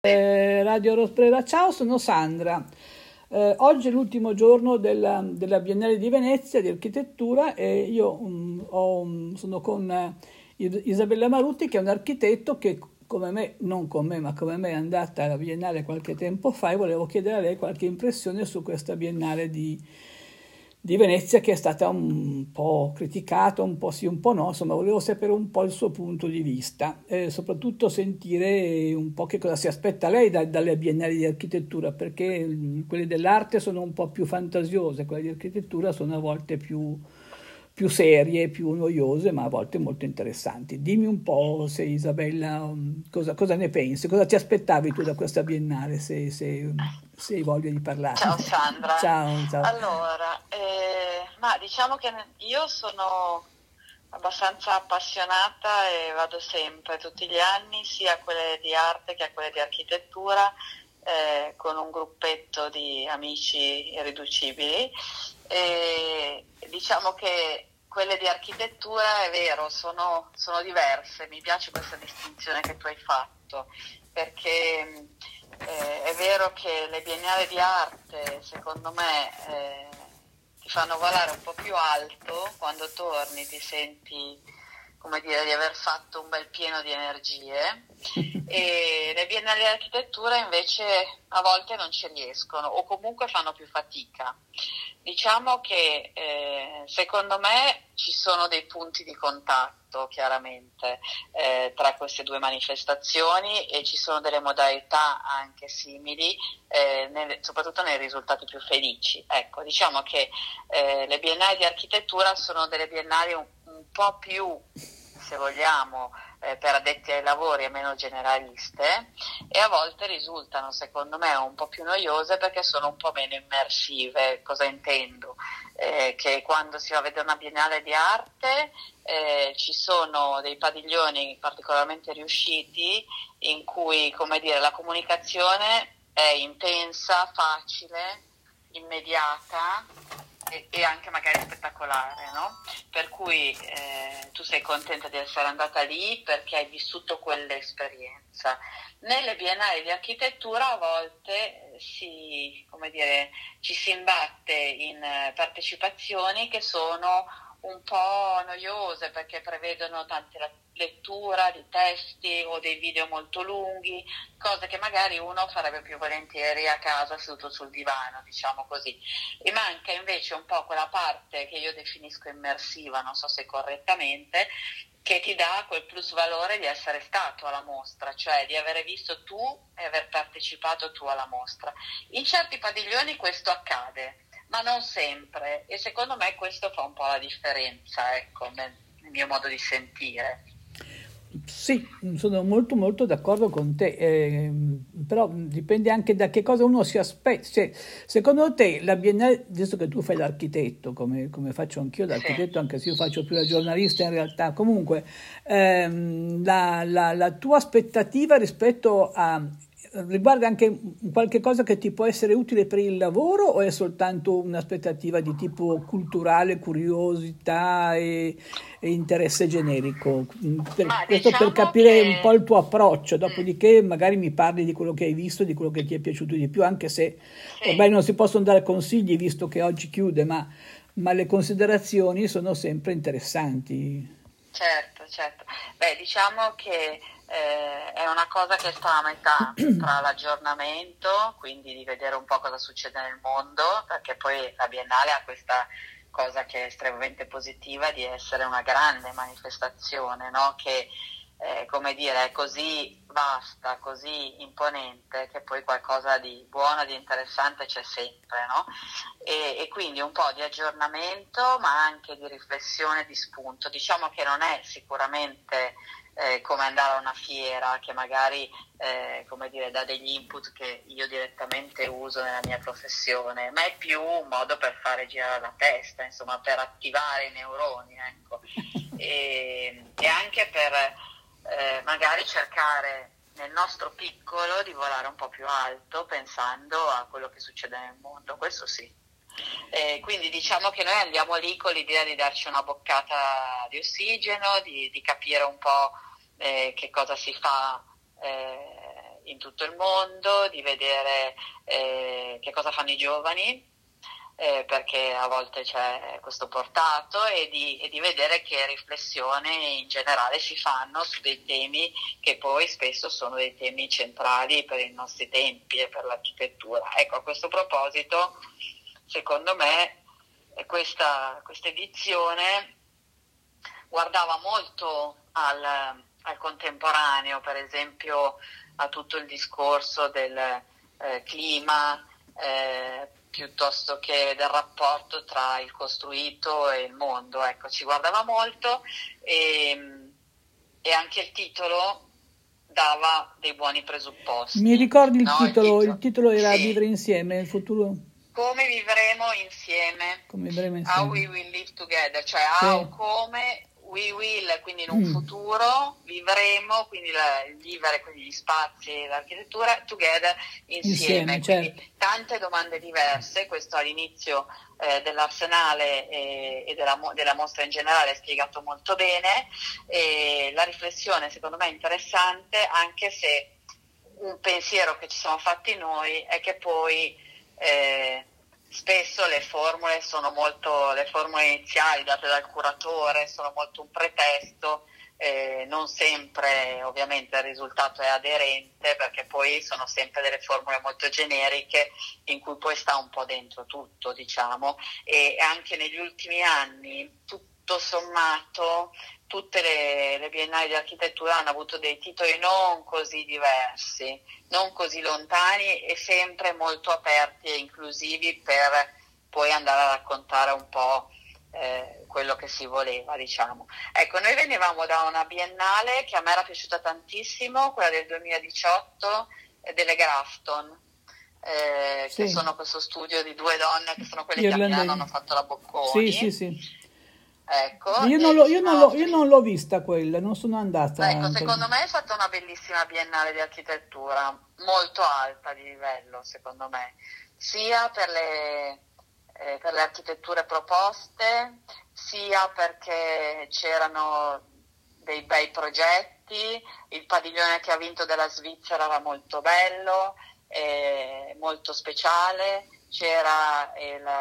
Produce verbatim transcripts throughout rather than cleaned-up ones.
Eh, Radio Rosprera, ciao, sono Sandra. Eh, oggi è l'ultimo giorno della, della Biennale di Venezia di architettura e io um, ho, um, sono con eh, Is- Isabella Marutti, che è un architetto che come me, non con me, ma come me è andata alla Biennale qualche tempo fa, e volevo chiedere a lei qualche impressione su questa Biennale di, di Venezia, che è stata un po' criticata, un po' sì, un po' no, insomma volevo sapere un po' il suo punto di vista e soprattutto sentire un po' che cosa si aspetta lei da- dalle biennali di architettura, perché mm, quelle dell'arte sono un po' più fantasiose, quelle di architettura sono a volte più, più serie, più noiose, ma a volte molto interessanti. Dimmi un po' se Isabella, mm, cosa, cosa ne pensi, cosa ti aspettavi tu da questa biennale, se, se, se hai voglia di Ciao parlarne. Sandra, Ciao, ciao. allora, eh, ma diciamo che io sono abbastanza appassionata e vado sempre, tutti gli anni, sia a quelle di arte che a quelle di architettura, eh, con un gruppetto di amici irriducibili. E diciamo che quelle di architettura, è vero, sono, sono diverse, mi piace questa distinzione che tu hai fatto, perché eh, è vero che le biennali di arte, secondo me, eh, ti fanno volare un po' più alto, quando torni ti senti, come dire, di aver fatto un bel pieno di energie, e le biennali di architettura invece a volte non ci riescono o comunque fanno più fatica. Diciamo che eh, secondo me ci sono dei punti di contatto chiaramente eh, tra queste due manifestazioni, e ci sono delle modalità anche simili, eh, nel- soprattutto nei risultati più felici. Ecco, diciamo che eh, le biennali di architettura sono delle biennali un, un po' più, se vogliamo, eh, per addetti ai lavori e meno generaliste, e a volte risultano, secondo me, un po' più noiose perché sono un po' meno immersive. Cosa intendo? Eh, che quando si va a vedere una biennale di arte eh, ci sono dei padiglioni particolarmente riusciti in cui, come dire, la comunicazione è intensa, facile, immediata e, e anche magari spettacolare, no? Per cui eh, tu sei contenta di essere andata lì perché hai vissuto quell'esperienza. Nelle biennali di architettura a volte eh, si, come dire, ci si imbatte in eh, partecipazioni che sono un po' noiose perché prevedono tante la- lettura di testi o dei video molto lunghi, cose che magari uno farebbe più volentieri a casa seduto sul divano, diciamo così. E manca invece un po' quella parte che io definisco immersiva, non so se correttamente, che ti dà quel plus valore di essere stato alla mostra, cioè di avere visto tu e aver partecipato tu alla mostra. In certi padiglioni questo accade, ma non sempre, e secondo me questo fa un po' la differenza, ecco, nel, nel mio modo di sentire. Sì, sono molto molto d'accordo con te, ehm, però dipende anche da che cosa uno si aspetta. Cioè, secondo te la Biennale, visto che tu fai l'architetto, come, come faccio anch'io Sì. l'architetto, anche se io faccio più la giornalista in realtà, comunque ehm, la, la- la tua aspettativa rispetto a riguarda anche qualche cosa che ti può essere utile per il lavoro, o è soltanto un'aspettativa di tipo culturale, curiosità e, e interesse generico? Per- Ma questo per diciamo capire un po' che il tuo approccio, mm, dopodiché magari mi parli di quello che hai visto, di quello che ti è piaciuto di più, anche se ormai sì. non si possono dare consigli visto che oggi chiude, ma, ma le considerazioni sono sempre interessanti. Certo, certo. Beh, diciamo che eh, è una cosa che sta a metà tra l'aggiornamento, quindi di vedere un po' cosa succede nel mondo, perché poi la Biennale ha questa cosa che è estremamente positiva di essere una grande manifestazione, no? Che, eh, come dire, è così vasta, così imponente, che poi qualcosa di buono, di interessante c'è sempre, no? E, e quindi un po' di aggiornamento, ma anche di riflessione, di spunto. Diciamo che non è sicuramente eh, come andare a una fiera che magari eh, come dire, dà degli input che io direttamente uso nella mia professione, ma è più un modo per fare girare la testa, insomma, per attivare i neuroni, ecco. E, e anche per eh, magari cercare nel nostro piccolo di volare un po' più alto pensando a quello che succede nel mondo, questo sì. Eh, quindi diciamo che noi andiamo lì con l'idea di darci una boccata di ossigeno, di, di capire un po' eh, che cosa si fa eh, in tutto il mondo, di vedere eh, che cosa fanno i giovani, eh, perché a volte c'è questo portato, e di, e di vedere che riflessioni in generale si fanno su dei temi che poi spesso sono dei temi centrali per i nostri tempi e per l'architettura. Ecco, a questo proposito, secondo me, questa, questa edizione guardava molto al, al contemporaneo, per esempio a tutto il discorso del eh, clima, eh, piuttosto che del rapporto tra il costruito e il mondo. Ecco, ci guardava molto, e, e anche il titolo dava dei buoni presupposti. Mi ricordi il, no? titolo? il titolo? Il titolo era Sì. Vivere insieme, il futuro? Come vivremo insieme? Come vivremo insieme. How we will live together, cioè Sì. how, come, we will, quindi in un Mm. futuro, vivremo, quindi la, il vivere, quindi gli spazi, l'architettura, together, insieme. Insieme, Quindi certo. tante domande diverse, questo all'inizio eh, dell'Arsenale e, e della, mo- della mostra in generale è spiegato molto bene, e la riflessione secondo me è interessante, anche se un pensiero che ci siamo fatti noi è che poi eh, spesso le formule sono molto, le formule iniziali date dal curatore sono molto un pretesto, eh, non sempre ovviamente il risultato è aderente, perché poi sono sempre delle formule molto generiche in cui poi sta un po' dentro tutto, diciamo, e anche negli ultimi anni tutto sommato tutte le, le biennali di architettura hanno avuto dei titoli non così diversi, non così lontani e sempre molto aperti e inclusivi, per poi andare a raccontare un po' eh, quello che si voleva, diciamo. Ecco, noi venivamo da una biennale che a me era piaciuta tantissimo, quella del duemiladiciotto, eh, delle Grafton, eh, Sì. che sono questo studio di due donne che sono quelle che a Irlandesi. Milano hanno fatto la Bocconi. Sì, sì, sì. Ecco, Io non, e l'ho, i io, non l'ho, io nostri- non l'ho vista quella, non sono andata. Ecco, per- secondo me è stata una bellissima biennale di architettura, molto alta di livello, secondo me, sia per le, eh, per le architetture proposte, sia perché c'erano dei bei progetti, il padiglione che ha vinto della Svizzera era molto bello, eh, molto speciale, c'era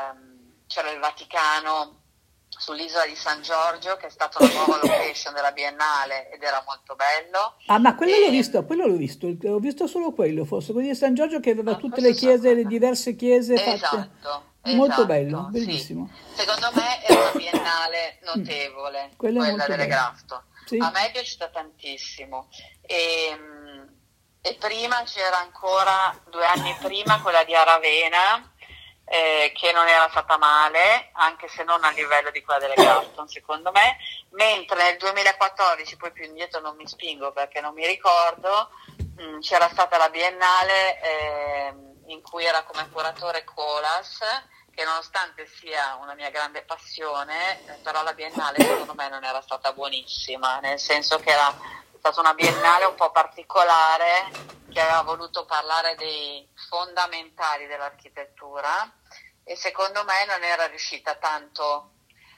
il, c'era il Vaticano sull'isola di San Giorgio, che è stata una nuova location della Biennale ed era molto bello. Ah, ma quello E- l'ho visto, quello l'ho visto, ho visto solo quello, forse, quello di San Giorgio, che aveva Ah, tutte forse le chiese, so- le diverse chiese fatte. Esatto, Molto esatto, bello, sì. bellissimo. Secondo me è una biennale notevole, Quello è quella molto delle bello. Grafton. Sì. A me è piaciuta tantissimo. E, mm, e prima c'era ancora, due anni prima, quella di Aravena, eh, che non era stata male, anche se non a livello di quella delle Grafton, secondo me, mentre nel duemilaquattordici, poi più indietro non mi spingo perché non mi ricordo, mh, c'era stata la Biennale ehm, in cui era come curatore Colas, che nonostante sia una mia grande passione, eh, però la Biennale secondo me non era stata buonissima, nel senso che era stata una Biennale un po' particolare, che aveva voluto parlare dei fondamentali dell'architettura e secondo me non era riuscita tanto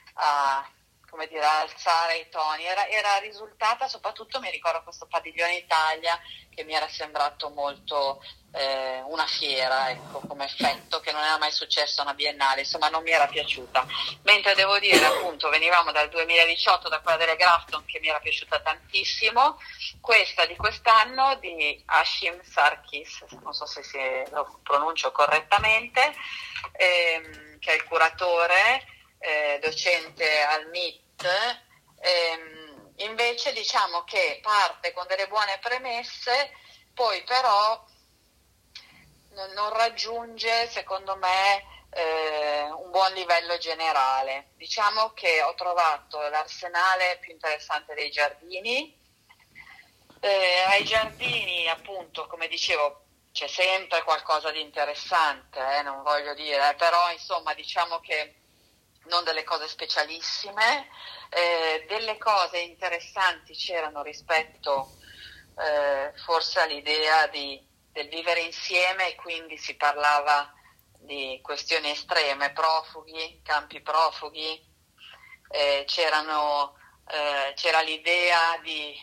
a, come dire, a alzare i toni. Era, era risultata, soprattutto mi ricordo questo padiglione Italia che mi era sembrato molto eh, una fiera, ecco, come effetto, che non era mai successo a una biennale, insomma non mi era piaciuta. Mentre devo dire, appunto, venivamo dal duemiladiciotto, da quella delle Grafton, che mi era piaciuta tantissimo, questa di quest'anno di Hashim Sarkis, non so se si, lo pronuncio correttamente, ehm, che è il curatore, eh, docente al M I T. ehm, invece diciamo che parte con delle buone premesse, poi però non, non raggiunge, secondo me, eh, un buon livello generale. Diciamo che ho trovato l'Arsenale più interessante dei giardini. Eh, ai giardini, appunto, come dicevo, c'è sempre qualcosa di interessante, eh, non voglio dire, però insomma diciamo che non delle cose specialissime, eh, delle cose interessanti c'erano rispetto eh, forse all'idea di, del vivere insieme, e quindi si parlava di questioni estreme, profughi, campi profughi, eh, c'erano, eh, c'era l'idea di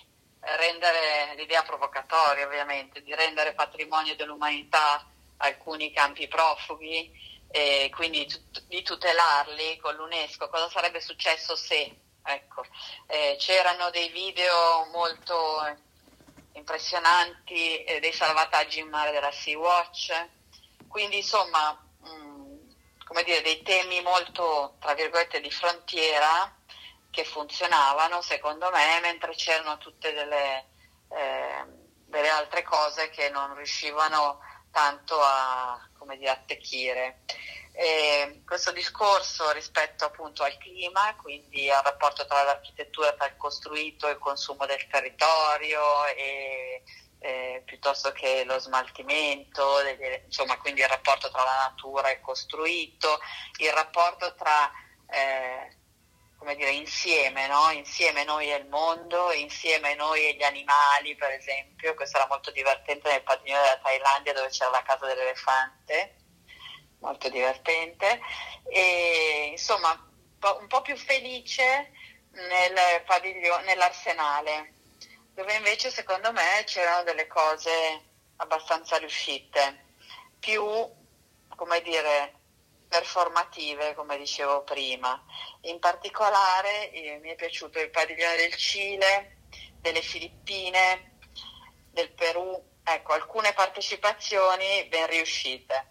rendere l'idea provocatoria, ovviamente, di rendere patrimonio dell'umanità alcuni campi profughi e quindi tut- di tutelarli con l'UNESCO. Cosa sarebbe successo se? Ecco, eh, c'erano dei video molto impressionanti eh, dei salvataggi in mare della Sea-Watch, quindi insomma, mh, come dire, dei temi molto, tra virgolette, di frontiera che funzionavano, secondo me, mentre c'erano tutte delle, eh, delle altre cose che non riuscivano tanto a, come dire, attecchire. E questo discorso rispetto appunto al clima, quindi al rapporto tra l'architettura, tra il costruito e il consumo del territorio, e, eh, piuttosto che lo smaltimento, degli, insomma, quindi il rapporto tra la natura e il costruito, il rapporto tra, eh, come dire, insieme, no? Insieme noi e il mondo, insieme noi e gli animali, per esempio. Questo era molto divertente nel padiglione della Thailandia, dove c'era la casa dell'elefante, molto divertente, e insomma un po' più felice nel padiglione, nell'Arsenale, dove invece secondo me c'erano delle cose abbastanza riuscite, più, come dire, performative, come dicevo prima. In particolare eh, mi è piaciuto il padiglione del Cile, delle Filippine, del Perù, ecco, alcune partecipazioni ben riuscite.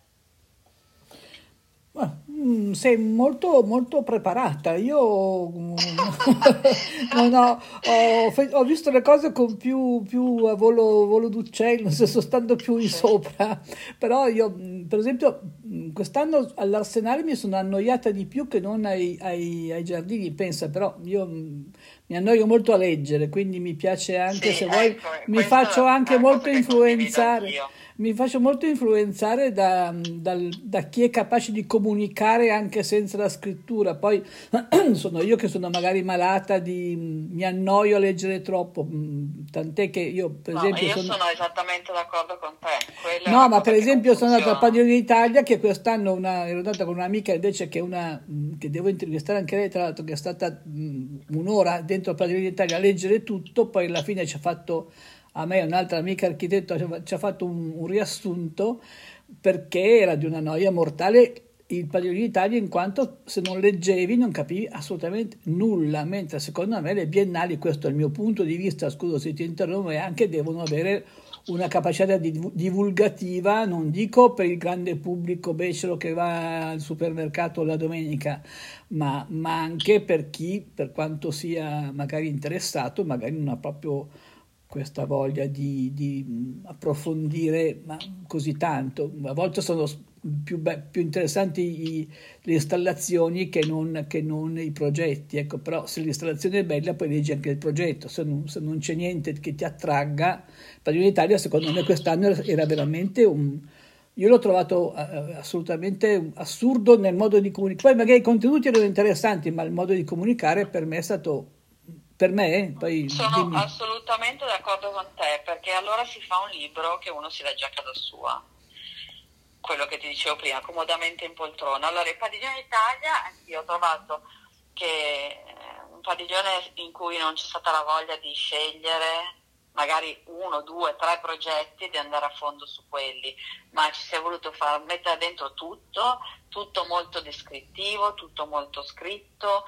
Mm, Sei molto, molto preparata. Io mm, non ho, ho, fe- ho visto le cose con più, più a volo, volo d'uccello, nel senso stando più in Sì. sopra. Però io, mm, per esempio, mm, quest'anno all'Arsenale mi sono annoiata di più che non ai, ai- ai giardini, pensa, però io mm, mi annoio molto a leggere, quindi mi piace anche, Sì, se vuoi, ecco, mi questa faccio è anche una molto cosa che condivido influenzare. anch'io. Mi faccio molto influenzare da, dal- da chi è capace di comunicare anche senza la scrittura. Poi sono io che sono magari malata di, mi annoio a leggere troppo, mm, tant'è che io, per No, esempio, io sono... sono esattamente d'accordo con te, quella è No, una ma per cosa che non esempio sono andata al funziona. Padiglione d'Italia, che quest'anno una, ero andata con un'amica invece che è una mh, che devo intervistare anche lei, tra l'altro, che è stata mh, un'ora dentro al Padiglione d'Italia a leggere tutto, poi alla fine ci ha fatto, a me e un'altra amica architetto, ci ha ci ha fatto un, un riassunto, perché era di una noia mortale il Padiglione d'Italia, in quanto se non leggevi non capivi assolutamente nulla, mentre secondo me le biennali, questo è il mio punto di vista, scusa se ti interrompo, e anche devono avere una capacità di- divulgativa, non dico per il grande pubblico becero che va al supermercato la domenica, ma, ma anche per chi, per quanto sia magari interessato, magari non ha proprio questa voglia di, di mh, approfondire ma così tanto. A volte sono s- più, be- più interessanti i- le installazioni che non, che non i progetti, ecco, però se l'installazione è bella poi leggi anche il progetto, se non, se non c'è niente che ti attragga. Per l'Italia secondo me quest'anno era era veramente un... Io l'ho trovato eh, assolutamente assurdo nel modo di comunicare. Poi magari i contenuti erano interessanti, ma il modo di comunicare per me è stato, per me, eh, poi Sono dimmi. assolutamente d'accordo con te, perché allora si fa un libro che uno si legge a casa sua, quello che ti dicevo prima, comodamente in poltrona. Allora, il Padiglione Italia, anch'io ho trovato che è un padiglione in cui non c'è stata la voglia di scegliere magari uno, due, tre progetti e di andare a fondo su quelli, ma ci si è voluto far mettere dentro tutto, tutto molto descrittivo, tutto molto scritto,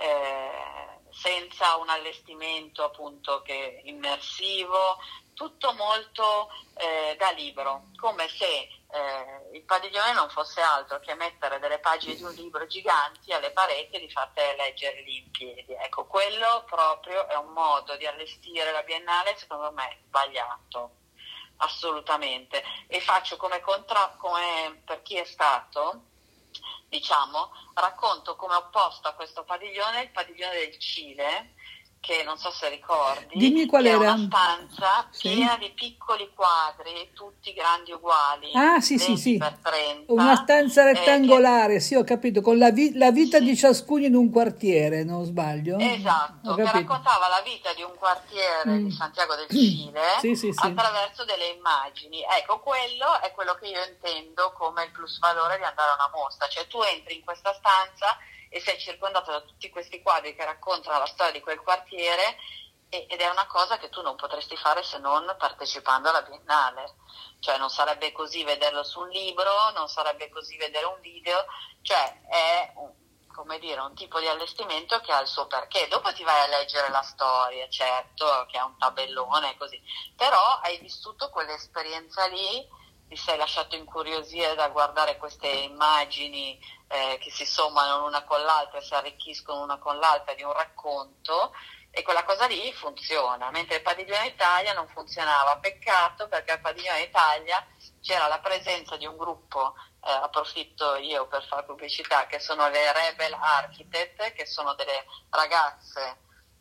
eh, senza un allestimento appunto che immersivo, tutto molto eh, da libro, come se eh, il padiglione non fosse altro che mettere delle pagine di un libro giganti alle pareti e di fartele leggere lì in piedi. Ecco, quello proprio è un modo di allestire la Biennale, secondo me, sbagliato, assolutamente. E faccio come, contra- come per chi è stato, diciamo, racconto come opposto a questo padiglione il padiglione del Cile, che non so se ricordi, Dimmi qual che è era. una stanza Sì? piena di piccoli quadri, tutti grandi uguali, Ah, sì, sì, venti sì. per Una trenta, stanza eh, che rettangolare, sì, ho capito, con la, vi- la vita di sì, ciascuno in un quartiere, non sbaglio? Ho esatto, che capito. raccontava la vita di un quartiere di Mm. Santiago del Cile Sì, sì, sì. attraverso delle immagini. Ecco, quello è quello che io intendo come il plus valore di andare a una mostra, cioè tu entri in questa stanza e sei circondato da tutti questi quadri che raccontano la storia di quel quartiere ed è una cosa che tu non potresti fare se non partecipando alla Biennale, cioè non sarebbe così vederlo su un libro, non sarebbe così vedere un video, cioè è un, come dire, un tipo di allestimento che ha il suo perché. Dopo ti vai a leggere la storia, certo, che è un tabellone così, però hai vissuto quell'esperienza lì, ti sei lasciato incuriosire da guardare queste immagini eh, che si sommano l'una con l'altra e si arricchiscono una con l'altra di un racconto, e quella cosa lì funziona, mentre il Padiglione Italia non funzionava. Peccato, perché al Padiglione Italia c'era la presenza di un gruppo, eh, approfitto io per fare pubblicità, che sono le Rebel Architect, che sono delle ragazze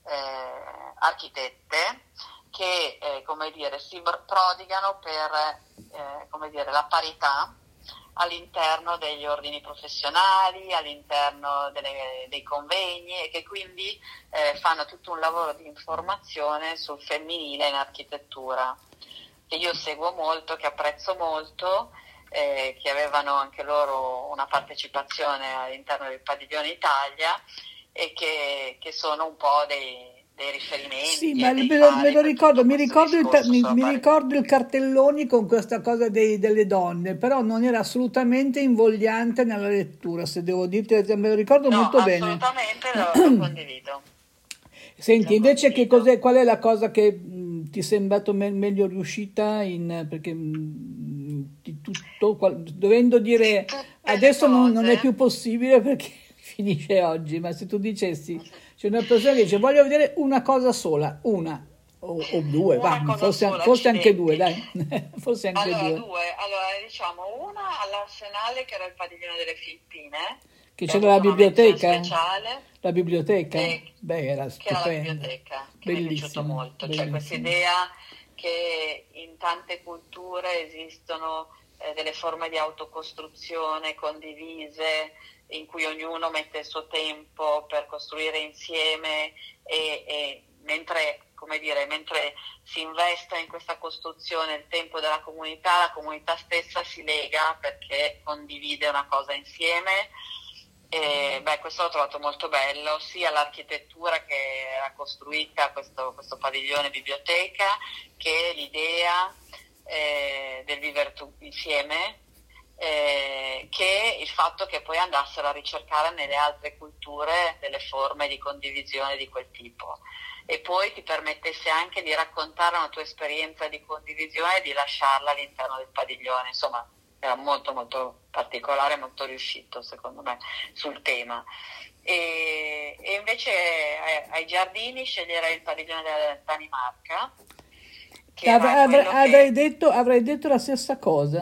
eh, architette che eh, come dire, si prodigano per eh, come dire, la parità all'interno degli ordini professionali, all'interno delle, dei convegni, e che quindi eh, fanno tutto un lavoro di informazione sul femminile in architettura, che io seguo molto, che apprezzo molto, eh, che avevano anche loro una partecipazione all'interno del Padiglione Italia, e che, che sono un po' dei dei riferimenti. Sì, ma me lo, me lo ricordo, mi ricordo, il, mi, mi ricordo il cartelloni con questa cosa dei, delle donne, però non era assolutamente invogliante nella lettura, se devo dirti, me lo ricordo no, molto bene. Assolutamente lo, lo condivido. Senti, lo invece condivido. Che cos'è, qual è la cosa che mh, ti è sembrato me- meglio riuscita in, perché mh, di tutto, qual, dovendo dire adesso non, non è più possibile perché finisce oggi, ma se tu dicessi c'è una persona che dice voglio vedere una cosa sola, una o, o due, una va, forse, sola, forse anche due, dai, forse anche allora, due. due. Allora, diciamo una all'Arsenale, che era il Padiglione delle Filippine, che c'era la biblioteca, speciale, la biblioteca, e, beh, era che era la stupenda, biblioteca, che mi è piaciuto molto, bellissima. Cioè questa idea che in tante culture esistono eh, delle forme di autocostruzione condivise, in cui ognuno mette il suo tempo per costruire insieme, e, e mentre, come dire, mentre si investe in questa costruzione il tempo della comunità, la comunità stessa si lega perché condivide una cosa insieme. E, beh, questo l'ho trovato molto bello, sia l'architettura che era costruita, questo, questo padiglione biblioteca, che l'idea eh, del vivere insieme, Eh, che il fatto che poi andassero a ricercare nelle altre culture delle forme di condivisione di quel tipo, e poi ti permettesse anche di raccontare una tua esperienza di condivisione e di lasciarla all'interno del padiglione. Insomma, era molto molto particolare, molto riuscito secondo me sul tema. E, e invece ai, ai giardini sceglierei il padiglione della Danimarca. Avrei, avrei, che... avrei, detto, avrei detto la stessa cosa.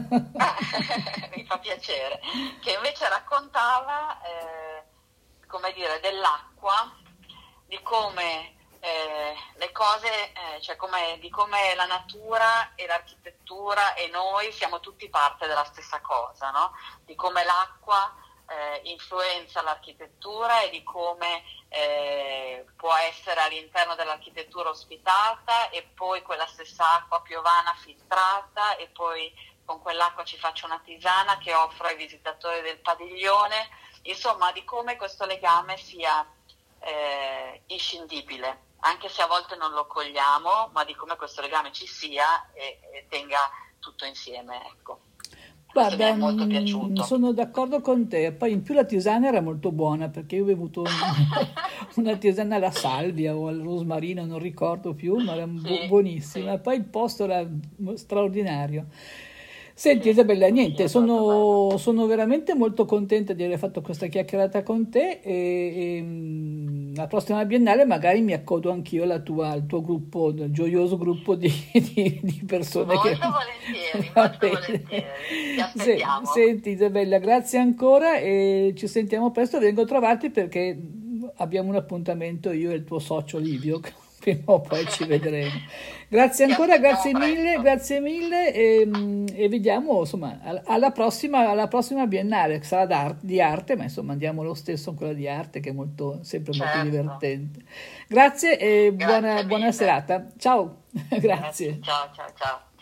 Mi fa piacere. Che invece raccontava, eh, come dire, dell'acqua, di come eh, le cose, eh, cioè come, di come la natura e l'architettura e noi siamo tutti parte della stessa cosa, no? Di come l'acqua Eh, influenza l'architettura, e di come eh, può essere all'interno dell'architettura ospitata, e poi quella stessa acqua piovana filtrata, e poi con quell'acqua ci faccio una tisana che offro ai visitatori del padiglione. Insomma, di come questo legame sia eh, inscindibile, anche se a volte non lo cogliamo, ma di come questo legame ci sia e, e tenga tutto insieme, ecco. Guarda, mi è molto piaciuto. Sono d'accordo con te. Poi in più la tisana era molto buona, perché io ho bevuto un, una tisana alla salvia o al rosmarino, non ricordo più, ma era bu- sì, buonissima. Sì. Poi il posto era straordinario. Senti Isabella, niente, sono, sono veramente molto contenta di aver fatto questa chiacchierata con te, e, e la prossima Biennale magari mi accodo anch'io alla tua, al tuo gruppo, al gioioso gruppo di, di, di persone. Molto che... volentieri, molto volentieri, ti aspettiamo. Senti Isabella, grazie ancora e ci sentiamo presto, vengo a trovarti perché abbiamo un appuntamento io e il tuo socio Livio, prima o poi ci vedremo. Grazie ancora, grazie mille, grazie mille e, e vediamo insomma alla prossima, alla prossima Biennale, che sarà di arte, ma insomma andiamo lo stesso a quella di arte che è molto, sempre certo. molto divertente. Grazie e grazie buona, buona serata. Ciao, grazie. Ciao, ciao, ciao.